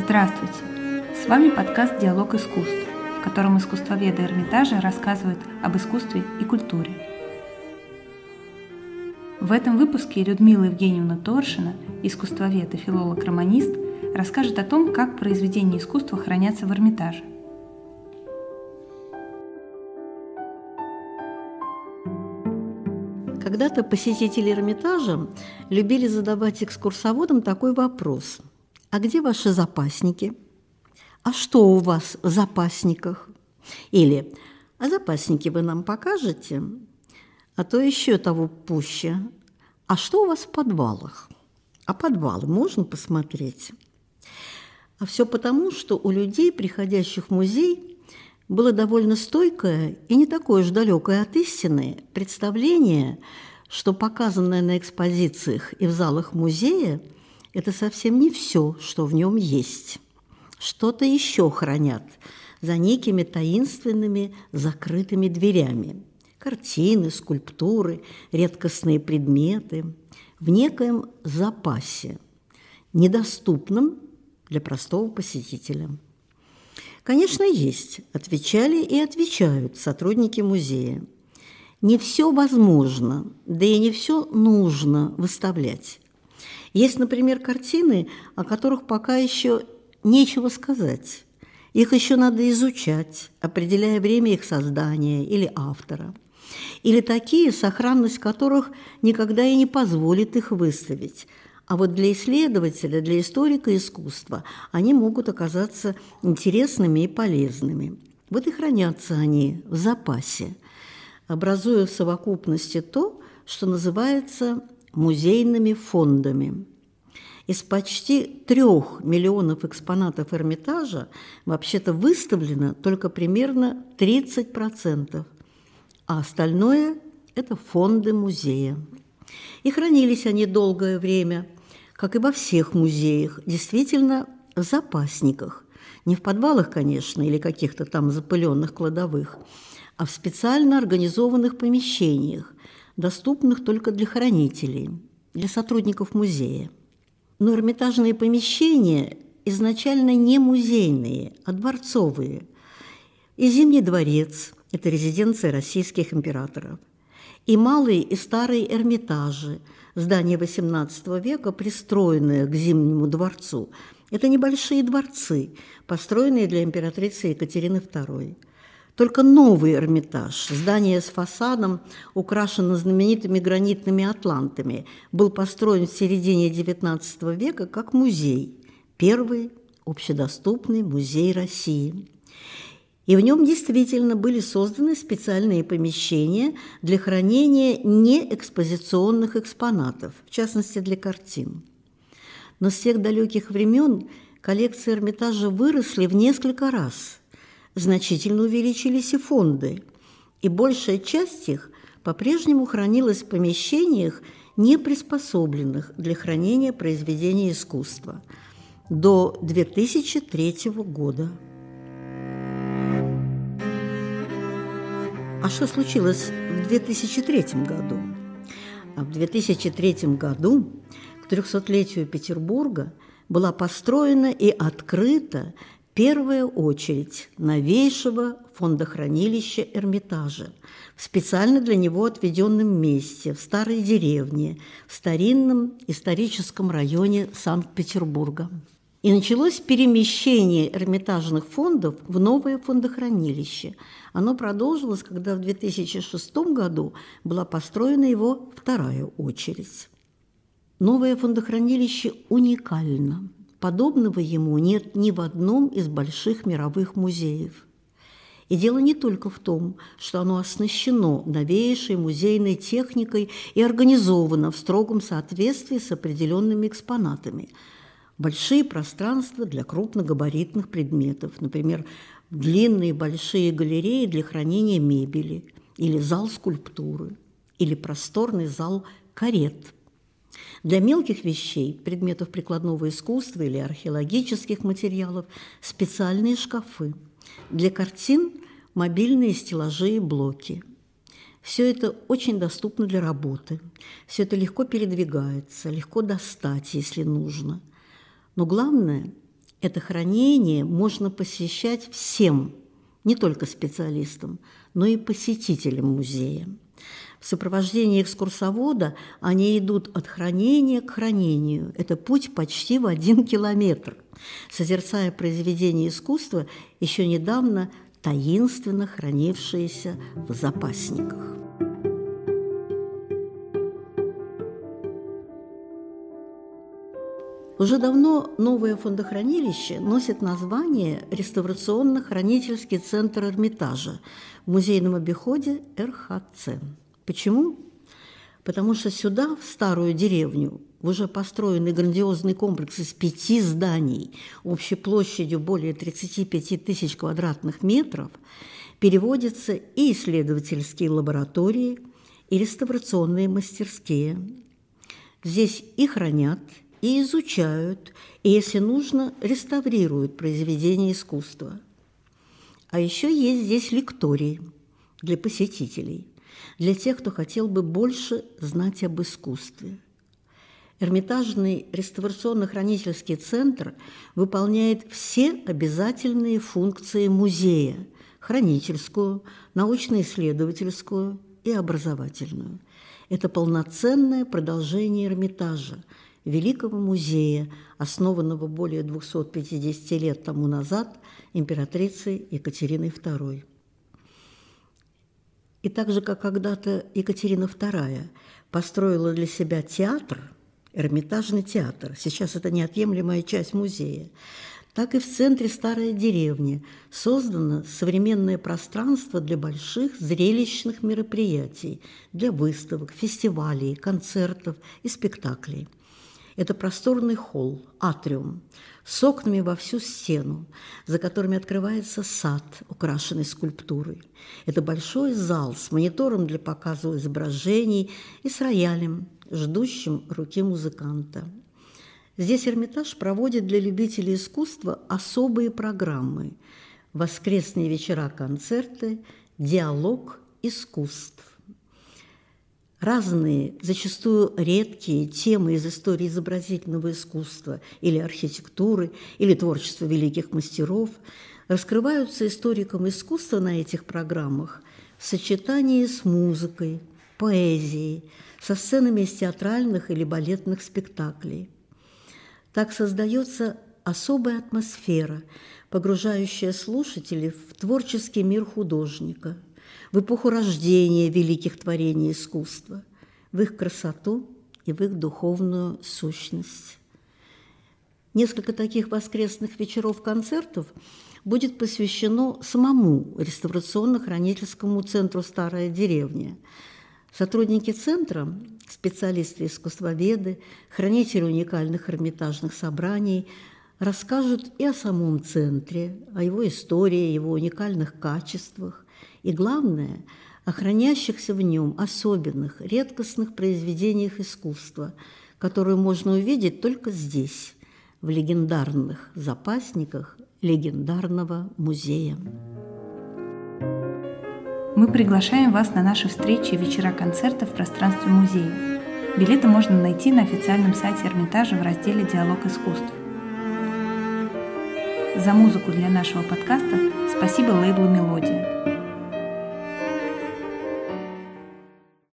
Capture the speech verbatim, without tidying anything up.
Здравствуйте! С вами подкаст «Диалог искусств», в котором искусствоведы Эрмитажа рассказывают об искусстве и культуре. В этом выпуске Людмила Евгеньевна Торшина, искусствовед и филолог-романист, расскажет о том, как произведения искусства хранятся в Эрмитаже. Когда-то посетители Эрмитажа любили задавать экскурсоводам такой вопрос: «А где ваши запасники? А что у вас в запасниках?» Или «А запасники вы нам покажете?» А то еще того пуще: «А что у вас в подвалах? А подвалы можно посмотреть?» А все потому, что у людей, приходящих в музей, было довольно стойкое и не такое уж далекое от истины представление, что показанное на экспозициях и в залах музея – это совсем не все, что в нем есть. Что-то еще хранят за некими таинственными закрытыми дверями. Картины, скульптуры, редкостные предметы в некоем запасе, недоступном для простого посетителя. Конечно, есть, отвечали и отвечают сотрудники музея. Не все возможно, да и не все нужно выставлять. Есть, например, картины, о которых пока еще нечего сказать. Их еще надо изучать, определяя время их создания или автора. Или такие, сохранность которых никогда и не позволит их выставить. А вот для исследователя, для историка искусства они могут оказаться интересными и полезными. Вот и хранятся они в запасе, образуя в совокупности то, что называется музейными фондами. Из почти трех миллионов экспонатов Эрмитажа вообще-то выставлено только примерно тридцать процентов, а остальное – это фонды музея. И хранились они долгое время, как и во всех музеях, действительно в запасниках. Не в подвалах, конечно, или каких-то там запыленных кладовых, а в специально организованных помещениях, доступных только для хранителей, для сотрудников музея. Но эрмитажные помещения изначально не музейные, а дворцовые. И Зимний дворец – это резиденция российских императоров. И малые и старые Эрмитажи, здания восемнадцатого века, пристроенные к Зимнему дворцу, это небольшие дворцы, построенные для императрицы Екатерины второй. Только новый Эрмитаж, здание с фасадом, украшено знаменитыми гранитными атлантами, был построен в середине девятнадцатого века как музей, первый общедоступный музей России. И в нем действительно были созданы специальные помещения для хранения неэкспозиционных экспонатов, в частности для картин. Но с тех далеких времен коллекции Эрмитажа выросли в несколько раз, значительно увеличились и фонды, и большая часть их по-прежнему хранилась в помещениях, не приспособленных для хранения произведений искусства, до две тысячи третьего года. А что случилось в две тысячи третьем году? А в две тысячи третьем году к трехсотлетию Петербурга была построена и открыта первая очередь новейшего фондохранилища Эрмитажа в специально для него отведенном месте, в старой деревне, в старинном историческом районе Санкт-Петербурга. И началось перемещение эрмитажных фондов в новое фондохранилище. Оно продолжилось, когда в две тысячи шестом году была построена его вторая очередь. Новое фондохранилище уникально. Подобного ему нет ни в одном из больших мировых музеев. И дело не только в том, что оно оснащено новейшей музейной техникой и организовано в строгом соответствии с определенными экспонатами. Большие пространства для крупногабаритных предметов, например, длинные большие галереи для хранения мебели, или зал скульптуры, или просторный зал карет. Для мелких вещей, предметов прикладного искусства или археологических материалов – специальные шкафы. Для картин – мобильные стеллажи и блоки. Все это очень доступно для работы. Все это легко передвигается, легко достать, если нужно. Но главное Это хранение можно посещать всем, не только специалистам, но и посетителям музея. В сопровождении экскурсовода они идут от хранения к хранению. Это путь почти в один километр, созерцая произведения искусства, еще недавно таинственно хранившиеся в запасниках. Уже давно новое фондохранилище носит название Реставрационно-хранительский центр Эрмитажа в музейном обиходе эр ха цэ. Почему? Потому что сюда, в старую деревню, в уже построенный грандиозный комплекс из пяти зданий общей площадью более тридцати пяти тысяч квадратных метров, переводятся и исследовательские лаборатории, и реставрационные мастерские. Здесь и хранят, и изучают, и, если нужно, реставрируют произведения искусства. А еще есть здесь лекторий для посетителей, для тех, кто хотел бы больше знать об искусстве. Эрмитажный реставрационно-хранительский центр выполняет все обязательные функции музея – хранительскую, научно-исследовательскую и образовательную. Это полноценное продолжение Эрмитажа, великого музея, основанного более двухсот пятидесяти лет тому назад императрицей Екатериной второй. И так же, как когда-то Екатерина вторая построила для себя театр, Эрмитажный театр, сейчас это неотъемлемая часть музея, так и в центре старой деревни создано современное пространство для больших зрелищных мероприятий, для выставок, фестивалей, концертов и спектаклей. Это просторный холл, атриум, с окнами во всю стену, за которыми открывается сад, украшенный скульптурой. Это большой зал с монитором для показа изображений и с роялем, ждущим руки музыканта. Здесь Эрмитаж проводит для любителей искусства особые программы: воскресные вечера-концерты, диалог искусств. Разные, зачастую редкие темы из истории изобразительного искусства или архитектуры, или творчества великих мастеров раскрываются историкам искусства на этих программах в сочетании с музыкой, поэзией, со сценами из театральных или балетных спектаклей. Так создается особая атмосфера, погружающая слушателей в творческий мир художника, в эпоху рождения великих творений искусства, в их красоту и в их духовную сущность. Несколько таких воскресных вечеров-концертов будет посвящено самому реставрационно-хранительскому центру «Старая деревня». Сотрудники центра, специалисты-искусствоведы, хранители уникальных эрмитажных собраний расскажут и о самом центре, о его истории, его уникальных качествах и, главное, о хранящихся в нем особенных, редкостных произведениях искусства, которые можно увидеть только здесь, в легендарных запасниках легендарного музея. Мы приглашаем вас на наши встречи и вечера-концерты в пространстве музея. Билеты можно найти на официальном сайте Эрмитажа в разделе «Диалог искусств». За музыку для нашего подкаста спасибо лейблу «Мелодия».